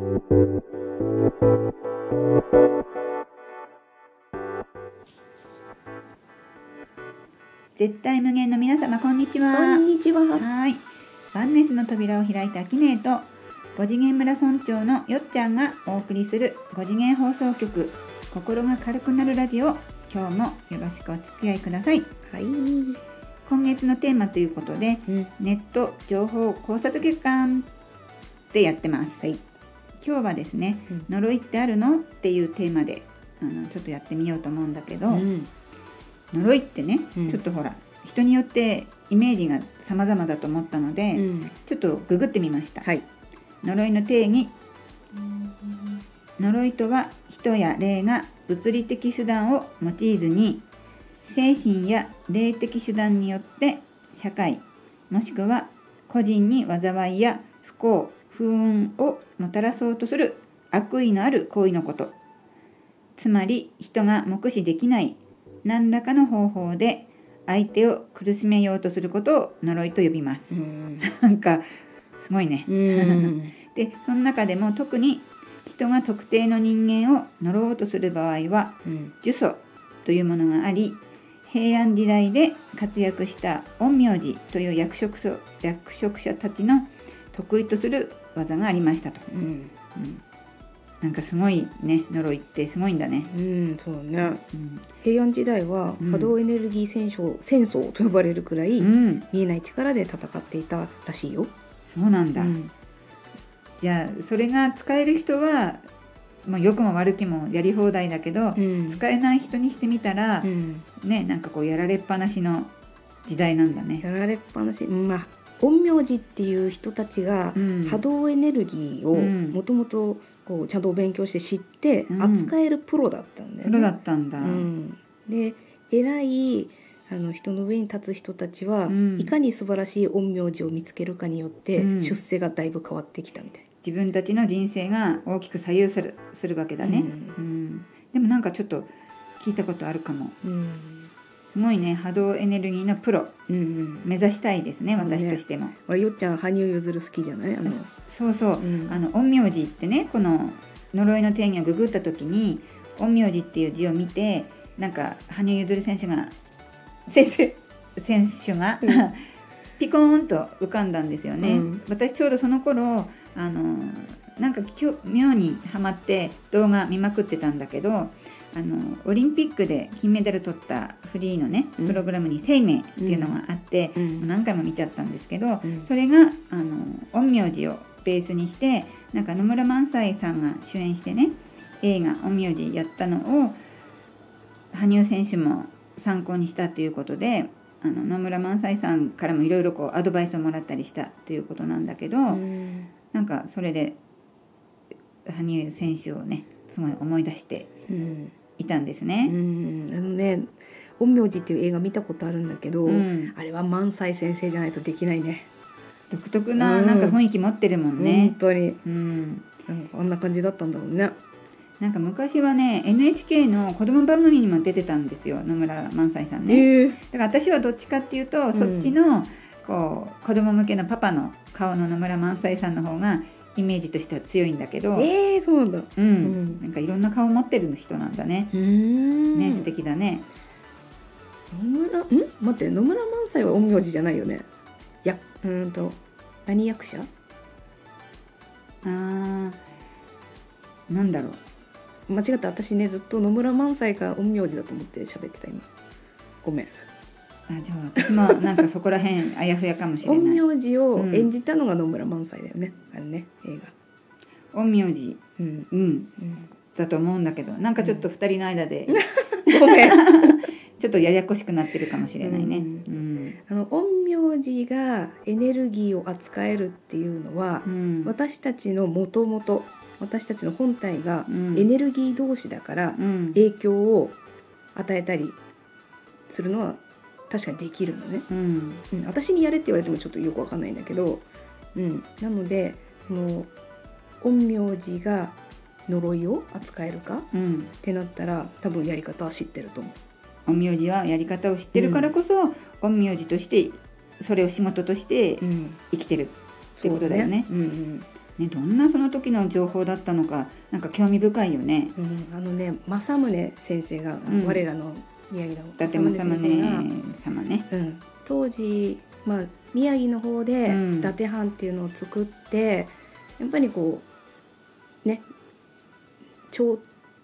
絶対無限の皆様、こんにちは。 こんにちは。 はい。ワンネスの扉を開いたキネーと5次元村村長のよっちゃんがお送りする5次元放送局、心が軽くなるラジオ。今日もよろしくお付き合いください。 はい。 今月のテーマということで、ネット情報考察月間でやってます。 はい。 今日はですね、呪いってあるのっていうテーマでちょっとやってみようと思うんだけど、呪いってね、ちょっとほら人によってイメージが様々だと思ったので、ちょっとググってみました。 はい。 呪いの定義。呪いとは人や霊が物理的手段を用いずに精神や霊的手段によって社会もしくは個人に災いや不幸不運をもたらそうとする悪意のある行為のこと。つまり人が目視できない何らかの方法で相手を苦しめようとすることを呪いと呼びます。なんかすごいね。で、その中でも特に人が特定の人間を呪おうとする場合は、呪詛というものがあり、平安時代で活躍した陰陽師という役職者たちの得意とする技がありましたと。なんかすごいね、呪いってすごいんだね。 そうね。平安時代は波動エネルギー戦争と呼ばれるくらい、見えない力で戦っていたらしいよ。 そうなんだ。じゃあそれが使える人は、良くも悪くもやり放題だけど、使えない人にしてみたら、ね、なんかこうやられっぱなしの時代なんだね。 やられっぱなし。陰陽師っていう人たちが波動エネルギーをもともとちゃんと勉強して知って扱えるプロだったんだよね。 プロだったんだ。 で、偉い人の上に立つ人たちは、いかに素晴らしい陰陽師を見つけるかによって、出世がだいぶ変わってきたみたいな。 自分たちの人生が大きく左右するわけだね。でもなんかちょっと聞いたことあるかも。すごいね、波動エネルギーのプロ、目指したいですね、私としても。 よっちゃん羽生結弦好きじゃない？ そうそう、陰陽師ってね、この呪いの定義をググった時に陰陽師っていう字を見て、なんか羽生結弦選手がピコーンと浮かんだんですよね。私ちょうどその頃なんか妙にハマって動画見まくってたんだけど、オリンピックで金メダル取ったフリーのね、プログラムに生命っていうのがあって、何回も見ちゃったんですけど、それが陰陽師をベースにして、なんか野村萬斎さんが主演してね、映画陰陽師やったのを羽生選手も参考にしたということで、野村萬斎さんからもいろいろアドバイスをもらったりしたということなんだけど、なんかそれで羽生選手をね、すごい思い出していたんですね。 陰陽師っていう映画見たことあるんだけど、あれは萬斎先生じゃないとできないね。 独特ななんか雰囲気持ってるもんね。 本当に。なんかあんな感じだったんだろうね。 なんか昔はね、 NHK の子供番組にも出てたんですよ、野村萬斎さんね。だから私はどっちかっていうと、そっちの子供向けのパパの顔の野村萬斎さんの方がイメージとしては強いんだけど、 そうなんだ。 なんかいろんな顔持ってる人なんだね。ね、素敵だね。 待って、野村萬斎は陰陽師じゃないよね。何役者？ なんだろう。間違った。私ね、ずっと野村萬斎が陰陽師だと思って喋ってた今。ごめん。 じゃあ私もなんかそこら辺あやふやかもしれない。 陰陽師を演じたのが野村萬斎だよね。あれね、映画。陰陽師。だと思うんだけど、なんかちょっと2人の間で、 ごめん。 ちょっとややこしくなってるかもしれないね。 陰陽師がエネルギーを扱えるっていうのは、私たちの私たちの本体がエネルギー同士だから、影響を与えたりするのは確かにできるのね。私にやれって言われてもちょっとよくわかんないんだけど、なのでその陰陽師が呪いを扱えるか、ってなったら多分やり方は知ってると思う。 陰陽師はやり方を知ってるからこそ、陰陽師としてそれを仕事として生きてるってことだよね。 ね、どんなその時の情報だったのかなんか興味深いよね。 政宗先生が、我らの宮城の伊達政宗様ね、 当時、宮城の方で伊達藩っていうのを作って、やっぱりこうね頂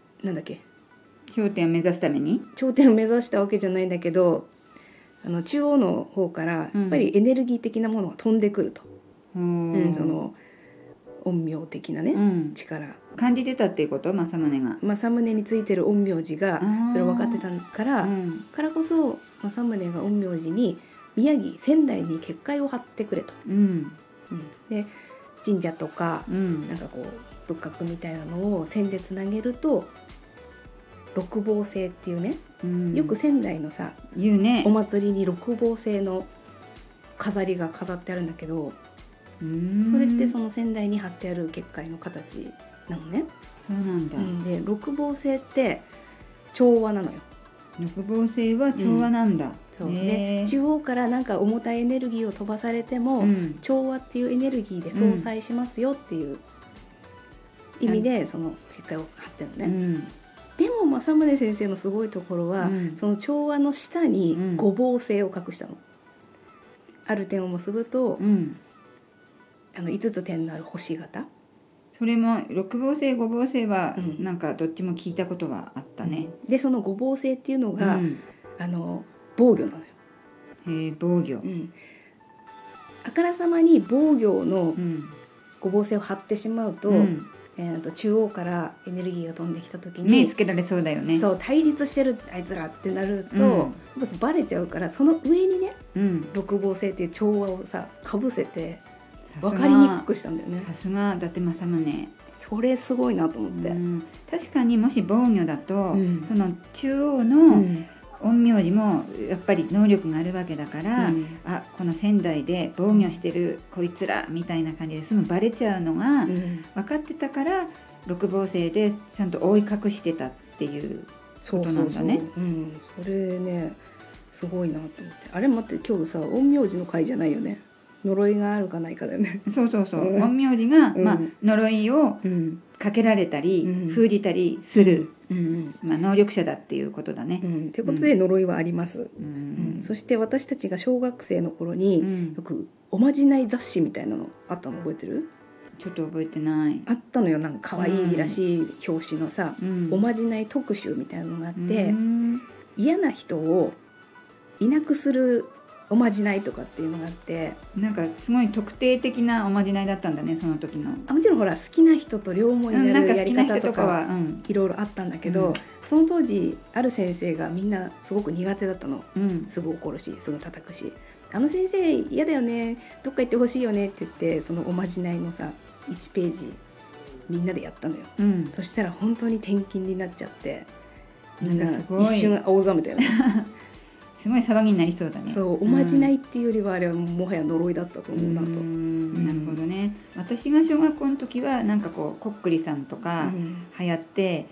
点を目指すために頂点を目指したわけじゃないんだけど、中央の方からやっぱりエネルギー的なものが飛んでくると、その陰陽的なね、力感じてたっていうこと。政宗についてる陰陽師がそれを分かってたからこそ政宗が陰陽師に宮城仙台に結界を張ってくれと、で神社とか、なんかこう仏閣みたいなのを線でつなげると六芒星っていうね、よく仙台のさ言うね、 お祭りに六芒星の飾りが飾ってあるんだけど、それってその仙台に貼ってある結界の形なのね。 そうなんだ、 で六芒星って調和なのよ。 六芒星は調和なんだ、 そうで中央からなんか重たいエネルギーを飛ばされても、調和っていうエネルギーで相殺しますよっていう意味でその結界を貼ってるのね、でも政宗先生のすごいところは、その調和の下に五芒星を隠したの、ある点を結ぶと、5つ点のある星型。それも六芒星五芒星はなんかどっちも聞いたことはあったね、 でその五芒星っていうのが、防御なのよ。 防御、 あからさまに防御の五芒星を張ってしまうと、中央からエネルギーが飛んできた時に目つけられそうだよね。 そう対立してるあいつらってなると、バレちゃうから、その上にね、六芒星っていう調和をさかぶせて分かりにくくしたんだよね。 さすが伊達政宗、 それすごいなと思って、 確かにもし防御だと、その中央の陰陽師もやっぱり能力があるわけだから、この仙台で防御してるこいつらみたいな感じですぐバレちゃうのが分かってたから、六芒星でちゃんと覆い隠してたっていうことなんだね。 それねすごいなと思って。あれ待って、今日さ陰陽師の回じゃないよね。呪いがあるかないかだよね。 そう陰陽師が、呪いをかけられたり、封じたりする、能力者だっていうことだね。 ということで呪いはあります、そして私たちが小学生の頃に、よくおまじない雑誌みたいなのあったの覚えてる？ ちょっと覚えてない。 あったのよ。なんか可愛いらしい表紙のさ、おまじない特集みたいなのがあって、嫌な人をいなくするおまじないとかっていうのがあって、 なんかすごい特定的なおまじないだったんだね、その時の。 もちろんほら好きな人と両思いになるやり方とかはいろいろあったんだけど、その当時ある先生がみんなすごく苦手だったの、すぐ怒るしすぐ叩くし、あの先生嫌だよね、どっか行ってほしいよねって言って、そのおまじないのさ1ページみんなでやったのよ、そしたら本当に転勤になっちゃって、みんな一瞬青ざめたよねすごい騒ぎになりそうだね。 そうおまじないっていうよりはあれはもはや呪いだったと思うなと。 なるほどね。私が小学校の時はなんかこうこっくりさんとか流行って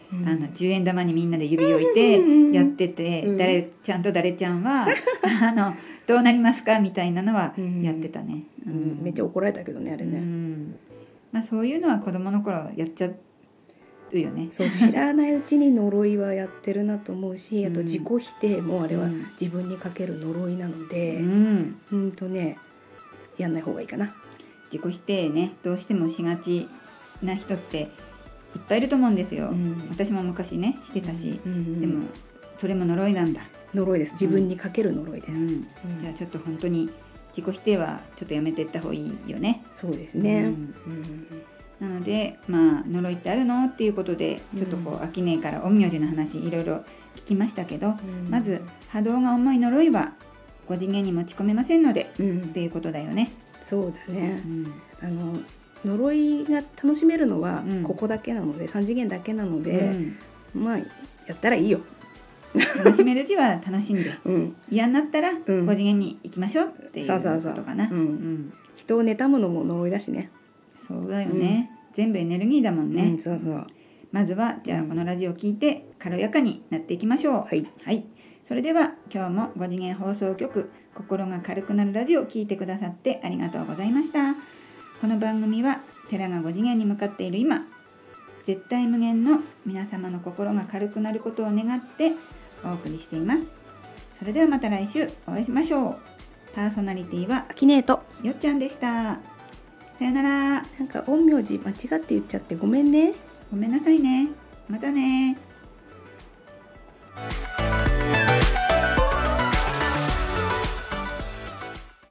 、10円玉にみんなで指を置いてやってて、誰ちゃんと誰ちゃんはどうなりますかみたいなのはやってたね、 めっちゃ怒られたけどねあれね、 そういうのは子供の頃やっちゃうよね。 そう知らないうちに呪いはやってるなと思うし、あと自己否定もあれは自分にかける呪いなので、やんない方がいいかな。 自己否定ね、どうしてもしがちな人っていっぱいいると思うんですよ、私も昔ねしてたし、でもそれも呪いなんだ。 呪いです。自分にかける呪いです、 じゃあちょっと本当に自己否定はちょっとやめていった方がいいよね。 そうですね、 なので呪いってあるのっていうことでちょっとこう秋音から陰陽師の話いろいろ聞きましたけど、まず波動が重い呪いは5次元に持ち込めませんので、っていうことだよね。 そうだね、呪いが楽しめるのはここだけなので、3次元だけなので、やったらいいよ。 楽しめるうちは楽しんで、嫌になったら5次元に行きましょうっていうことかな。 人を妬むのも呪いだしね。 そうだよね、全部エネルギーだもんね、 そうまずはじゃあこのラジオを聞いて軽やかになっていきましょう。はい、それでは今日も5次元放送局心が軽くなるラジオを聞いてくださってありがとうございました。この番組は寺が5次元に向かっている今、絶対無限の皆様の心が軽くなることを願ってお送りしています。それではまた来週お会いしましょう。パーソナリティはアキネートよっちゃんでした。さよなら。 なんか陰陽師間違って言っちゃってごめんね。 ごめんなさいね。またね。